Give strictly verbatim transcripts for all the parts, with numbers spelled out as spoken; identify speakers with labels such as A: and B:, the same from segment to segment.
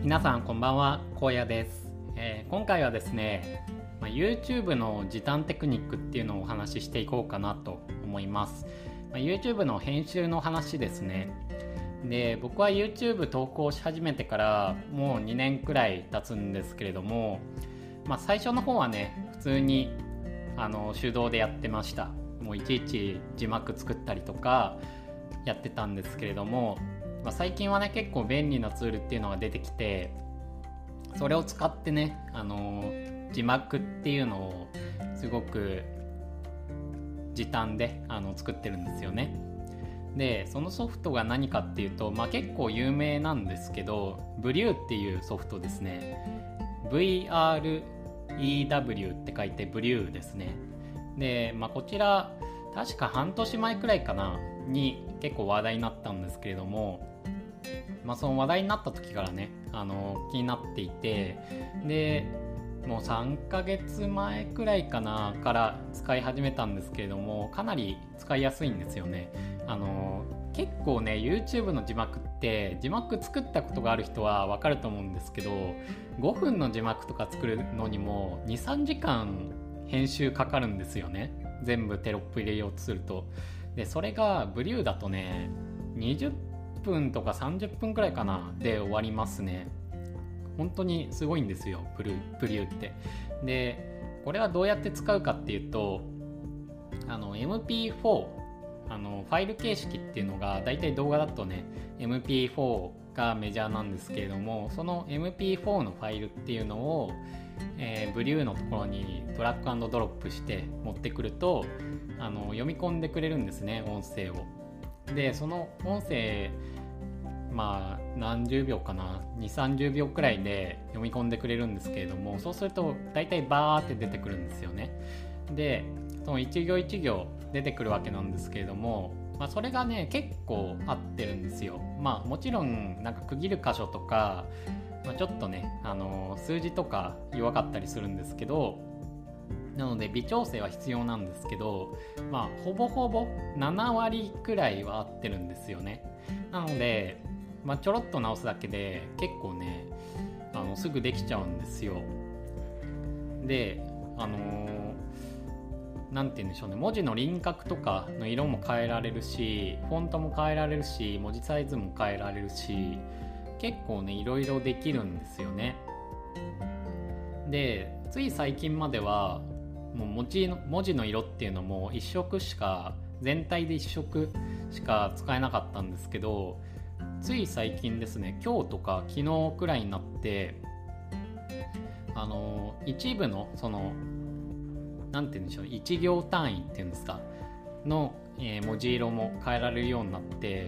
A: 皆さんこんばんは、荒野です。えー今回はですね、まあ、YouTube の時短テクニックっていうのをお話ししていこうかなと思います。まあ、YouTube の編集の話ですね。で、僕は YouTube 投稿し始めてからもうにねんくらい経つんですけれども、まあ、最初の方はね、普通にあの手動でやってました。もういちいち字幕作ったりとかやってたんですけれども、まあ、最近はね結構便利なツールっていうのが出てきて、それを使ってね、あのー字幕っていうのをすごく時短であの作ってるんですよね。でそのソフトが何かっていうと、まあ、結構有名なんですけど、ブリューっていうソフトですね。 ブイアールイーダブリュー って書いてブリューですね。で、まあ、こちら確か半年前くらいかなに結構話題になったんですけれども、まあ、その話題になった時からね、あの気になっていて、でもうさんかげつまえくらいかなから使い始めたんですけれども、かなり使いやすいんですよね。あの結構ね YouTube の字幕って字幕作ったことがある人は分かると思うんですけど、ごふんの字幕とか作るのにも にさんじかん編集かかるんですよね。全部テロップ入れようとすると。でそれがブリューだとねにじゅっぷんとかさんじゅっぷんくらいかなで終わりますね。本当にすごいんですよ、ブリュー、ブリューって。でこれはどうやって使うかっていうと、あの エムピーフォー、 あのファイル形式っていうのがだいたい動画だとね エムピーフォー がメジャーなんですけれども、その エムピーフォー のファイルっていうのを、えー、ブリューのところにドラッグ&ドロップして持ってくると、あの読み込んでくれるんですね、音声を。でその音声、まあ何十秒かな、にじゅう、さんじゅうびょうくらいで読み込んでくれるんですけれども、そうすると大体バーって出てくるんですよね。でその一行一行出てくるわけなんですけれども、まあ、それがね結構合ってるんですよ。まあもちろんなんか区切る箇所とか、まあ、ちょっとね、あのー数字とか弱かったりするんですけど、なので微調整は必要なんですけど、まあほぼほぼななわりくらいは合ってるんですよね。なので、まあ、ちょろっと直すだけで結構ね、あのすぐできちゃうんですよ。であのーなんて言うんでしょうね、文字の輪郭とかの色も変えられるし、フォントも変えられるし、文字サイズも変えられるし、結構ねいろいろできるんですよね。でつい最近まではもう文字の文字の色っていうのも一色しか、全体で一色しか使えなかったんですけど、つい最近ですね、今日とか昨日くらいになって、あの一部のそのなんて言うんでしょう、一行単位っていうんですかの、えー文字色も変えられるようになって、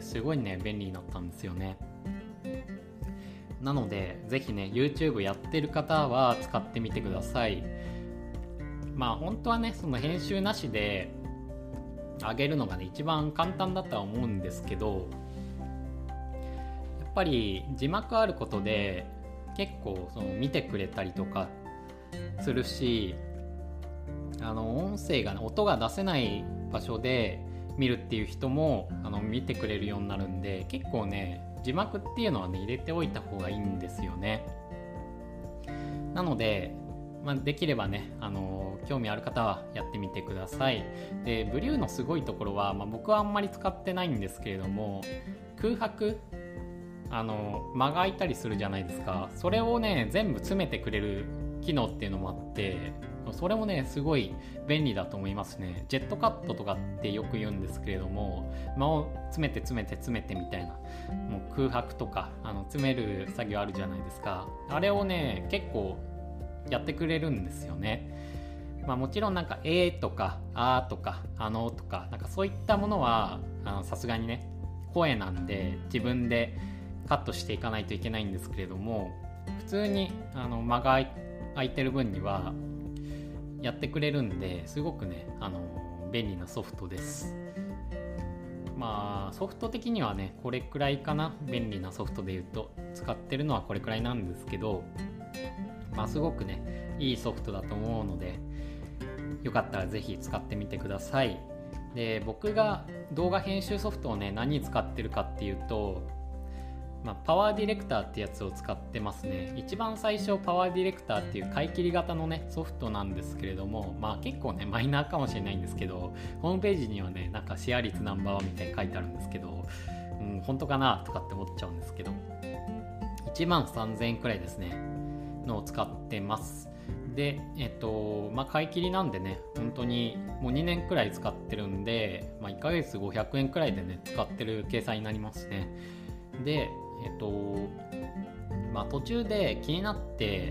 A: すごいね便利になったんですよね。なのでぜひね YouTube やってる方は使ってみてください。まあ本当はねその編集なしで上げるのがね一番簡単だとは思うんですけど、やっぱり字幕あることで結構その見てくれたりとかするし、あの音声が、ね、音が出せない場所で見るっていう人もあの見てくれるようになるんで、結構ね字幕っていうのはね入れておいた方がいいんですよね。なので、まあ、できればね、あの興味ある方はやってみてください。でブリューのすごいところは、まあ、僕はあんまり使ってないんですけれども、空白、あの間が空いたりするじゃないですか。それをね全部詰めてくれる機能っていうのもあって、それもねすごい便利だと思いますね。ジェットカットとかってよく言うんですけれども、間を詰めて詰めて詰めてみたいな、もう空白とかあの詰める作業あるじゃないですか。あれをね結構やってくれるんですよね。まあ、もちろんなんかえーとかあーとかあのとかなんかそういったものはさすがにね声なんで自分でカットしていかないといけないんですけれども、普通にあの間が空いてる分にはやってくれるんで、すごくねあの便利なソフトです。まあソフト的にはねこれくらいかな。便利なソフトで言うと使ってるのはこれくらいなんですけど、まあすごくねいいソフトだと思うので、よかったらぜひ使ってみてください。で僕が動画編集ソフトをね何に使ってるかっていうと、 まあ、パワーディレクターってやつを使ってますね。一番最初パワーディレクターっていう買い切り型のねソフトなんですけれども、まあ結構ねマイナーかもしれないんですけど、ホームページにはねなんかシェア率ナンバーワンみたいに書いてあるんですけど、うん、本当かなとかって思っちゃうんですけど、いちまんさんぜんえんくらいですねのを使ってます。でえっとまあ買い切りなんでね、本当にもうにねんくらい使ってるんで、まあ、いっかげつごひゃくえんくらいでね使ってる計算になりますね。でえっとまあ途中で気になって、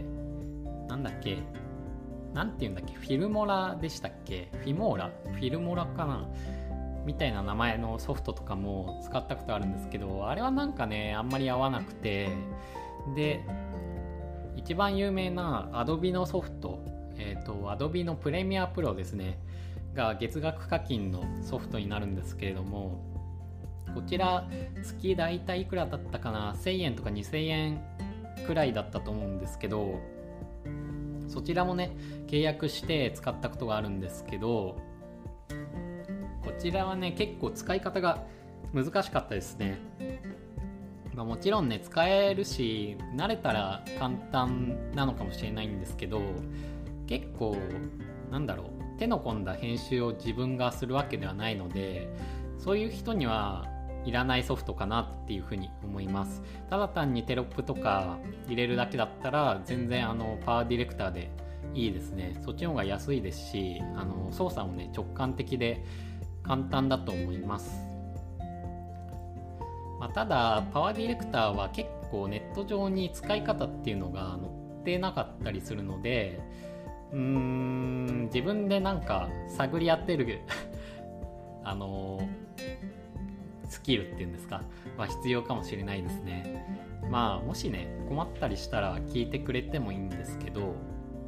A: なんだっけなんて言うんだっけフィルモラでしたっけフィモーラフィルモラかなみたいな名前のソフトとかも使ったことあるんですけど、あれはなんかねあんまり合わなくて、で一番有名な Adobe のソフト、えっと Adobe のプレミアプロですねが月額課金のソフトになるんですけれども、こちら月だいたいいくらだったかな、せんえんとかにせんえんくらいだったと思うんですけど、そちらもね契約して使ったことがあるんですけど、こちらはね結構使い方が難しかったですね。まあ、もちろんね使えるし慣れたら簡単なのかもしれないんですけど、結構なんだろう手の込んだ編集を自分がするわけではないので、そういう人にはいらないソフトかなっていうふうに思います。ただ単にテロップとか入れるだけだったら全然あのパワーディレクターでいいですね。そっちの方が安いですし、あの操作もね直感的で簡単だと思います。まあ、ただパワーディレクターは結構ネット上に使い方っていうのが載ってなかったりするので、うーん自分でなんか探り当てるあのスキルっていうんですか、まあ、必要かもしれないですね。まあもしね困ったりしたら聞いてくれてもいいんですけど、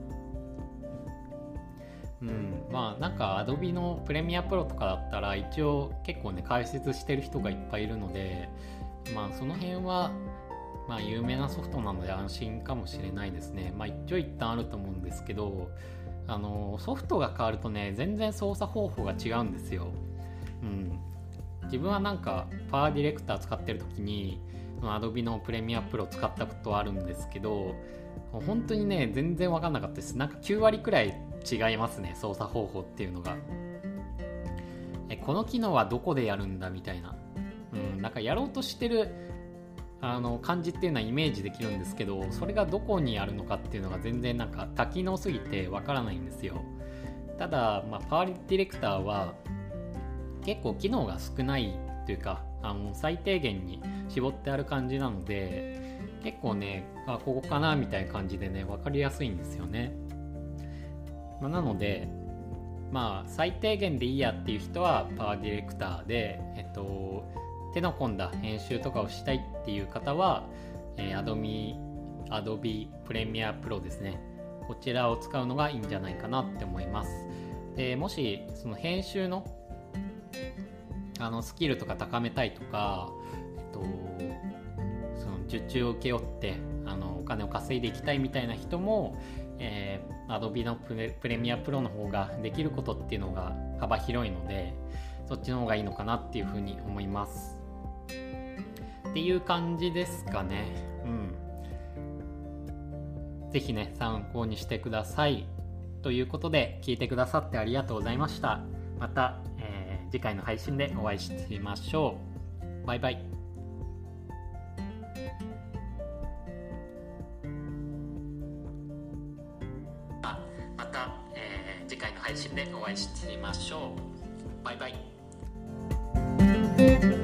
A: うんまあなんか Adobe のプレミアプロとかだったら一応結構ね解説してる人がいっぱいいるので、まあその辺はまあ有名なソフトなので安心かもしれないですね。まあ一長一短あると思うんですけど、あのソフトが変わるとね全然操作方法が違うんですよ。うん、自分はなんかパワーディレクター使ってる時に Adobe のプレミアプロ使ったことあるんですけど、本当にね全然分かんなかったです。なんかきゅうわりくらい違いますね、操作方法っていうのが。えこの機能はどこでやるんだみたいな、うん、なんかやろうとしてるあの感じっていうのはイメージできるんですけど、それがどこにあるのかっていうのが全然なんか多機能すぎてわからないんですよ。ただ、まあ、パワーディレクターは結構機能が少ないというか、あの最低限に絞ってある感じなので、結構ねあここかなみたいな感じでね分かりやすいんですよね。まあ、なのでまあ最低限でいいやっていう人はパワーディレクターで、えっと手の込んだ編集とかをしたいっていう方は、えー、Adobe Adobe Premiere Pro ですね、こちらを使うのがいいんじゃないかなって思います。でもしその編集のあのスキルとか高めたいとか、えっと、その受注を請け負ってあのお金を稼いでいきたいみたいな人も、えー、Adobe のプレ、プレミアプロの方ができることっていうのが幅広いので、そっちの方がいいのかなっていうふうに思いますっていう感じですかね。うん。ぜひね参考にしてくださいということで、聞いてくださってありがとうございました。また、えー、次回の配信でお会いしましょう。バイバイ。また、えー、次回の配信でお会いしましょう。バイバイ。